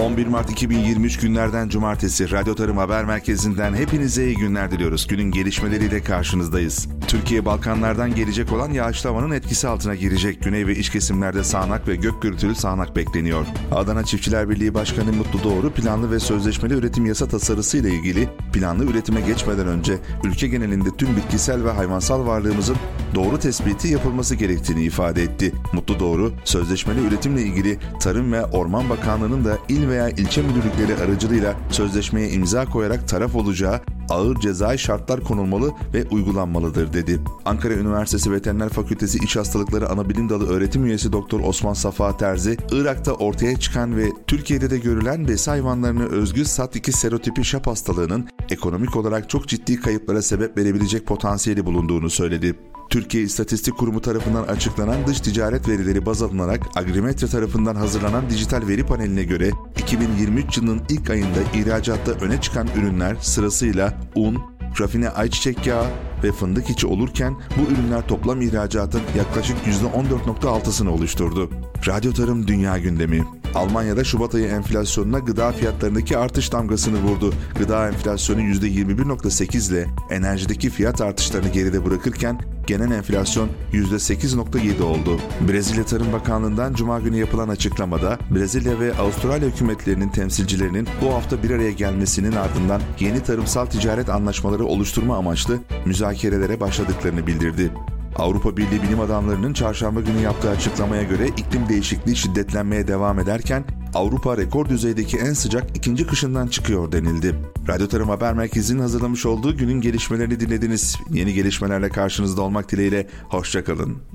11 Mart 2023 günlerden Cumartesi Radyo Tarım Haber Merkezi'nden hepinize iyi günler diliyoruz. Günün gelişmeleriyle karşınızdayız. Türkiye Balkanlardan gelecek olan yağışlı havanın etkisi altına girecek. Güney ve iç kesimlerde sağanak ve gök gürültülü sağanak bekleniyor. Adana Çiftçiler Birliği Başkanı Mutlu Doğru, planlı ve sözleşmeli üretim yasa tasarısı ile ilgili planlı üretime geçmeden önce ülke genelinde tüm bitkisel ve hayvansal varlığımızın doğru tespiti yapılması gerektiğini ifade etti. Mutlu Doğru, sözleşmeli üretimle ilgili Tarım ve Orman Bakanlığı'nın da il veya ilçe müdürlükleri aracılığıyla sözleşmeye imza koyarak taraf olacağı ağır cezai şartlar konulmalı ve uygulanmalıdır dedi. Ankara Üniversitesi Veteriner Fakültesi İç Hastalıkları Anabilim Dalı öğretim üyesi Doktor Osman Safa Terzi, Irak'ta ortaya çıkan ve Türkiye'de de görülen besi hayvanlarına özgü SAT2 serotipi şap hastalığının ekonomik olarak çok ciddi kayıplara sebep verebilecek potansiyeli bulunduğunu söyledi. Türkiye İstatistik Kurumu tarafından açıklanan dış ticaret verileri baz alınarak Agrimetre tarafından hazırlanan dijital veri paneline göre 2023 yılının ilk ayında ihracatta öne çıkan ürünler sırasıyla un, rafine ayçiçek yağı ve fındık içi olurken bu ürünler toplam ihracatın yaklaşık %14.6'sını oluşturdu. Radyo Tarım Dünya Gündemi. Almanya'da Şubat ayı enflasyonuna gıda fiyatlarındaki artış damgasını vurdu. Gıda enflasyonu %21.8 ile enerjideki fiyat artışlarını geride bırakırken genel enflasyon %8.7 oldu. Brezilya Tarım Bakanlığı'ndan Cuma günü yapılan açıklamada Brezilya ve Avustralya hükümetlerinin temsilcilerinin bu hafta bir araya gelmesinin ardından yeni tarımsal ticaret anlaşmaları oluşturma amaçlı müzakerelere başladıklarını bildirdi. Avrupa Birliği bilim adamlarının çarşamba günü yaptığı açıklamaya göre iklim değişikliği şiddetlenmeye devam ederken Avrupa rekor düzeydeki en sıcak ikinci kışından çıkıyor denildi. Radyo Tarım Haber Merkezi'nin hazırlamış olduğu günün gelişmelerini dinlediniz. Yeni gelişmelerle karşınızda olmak dileğiyle, hoşça kalın.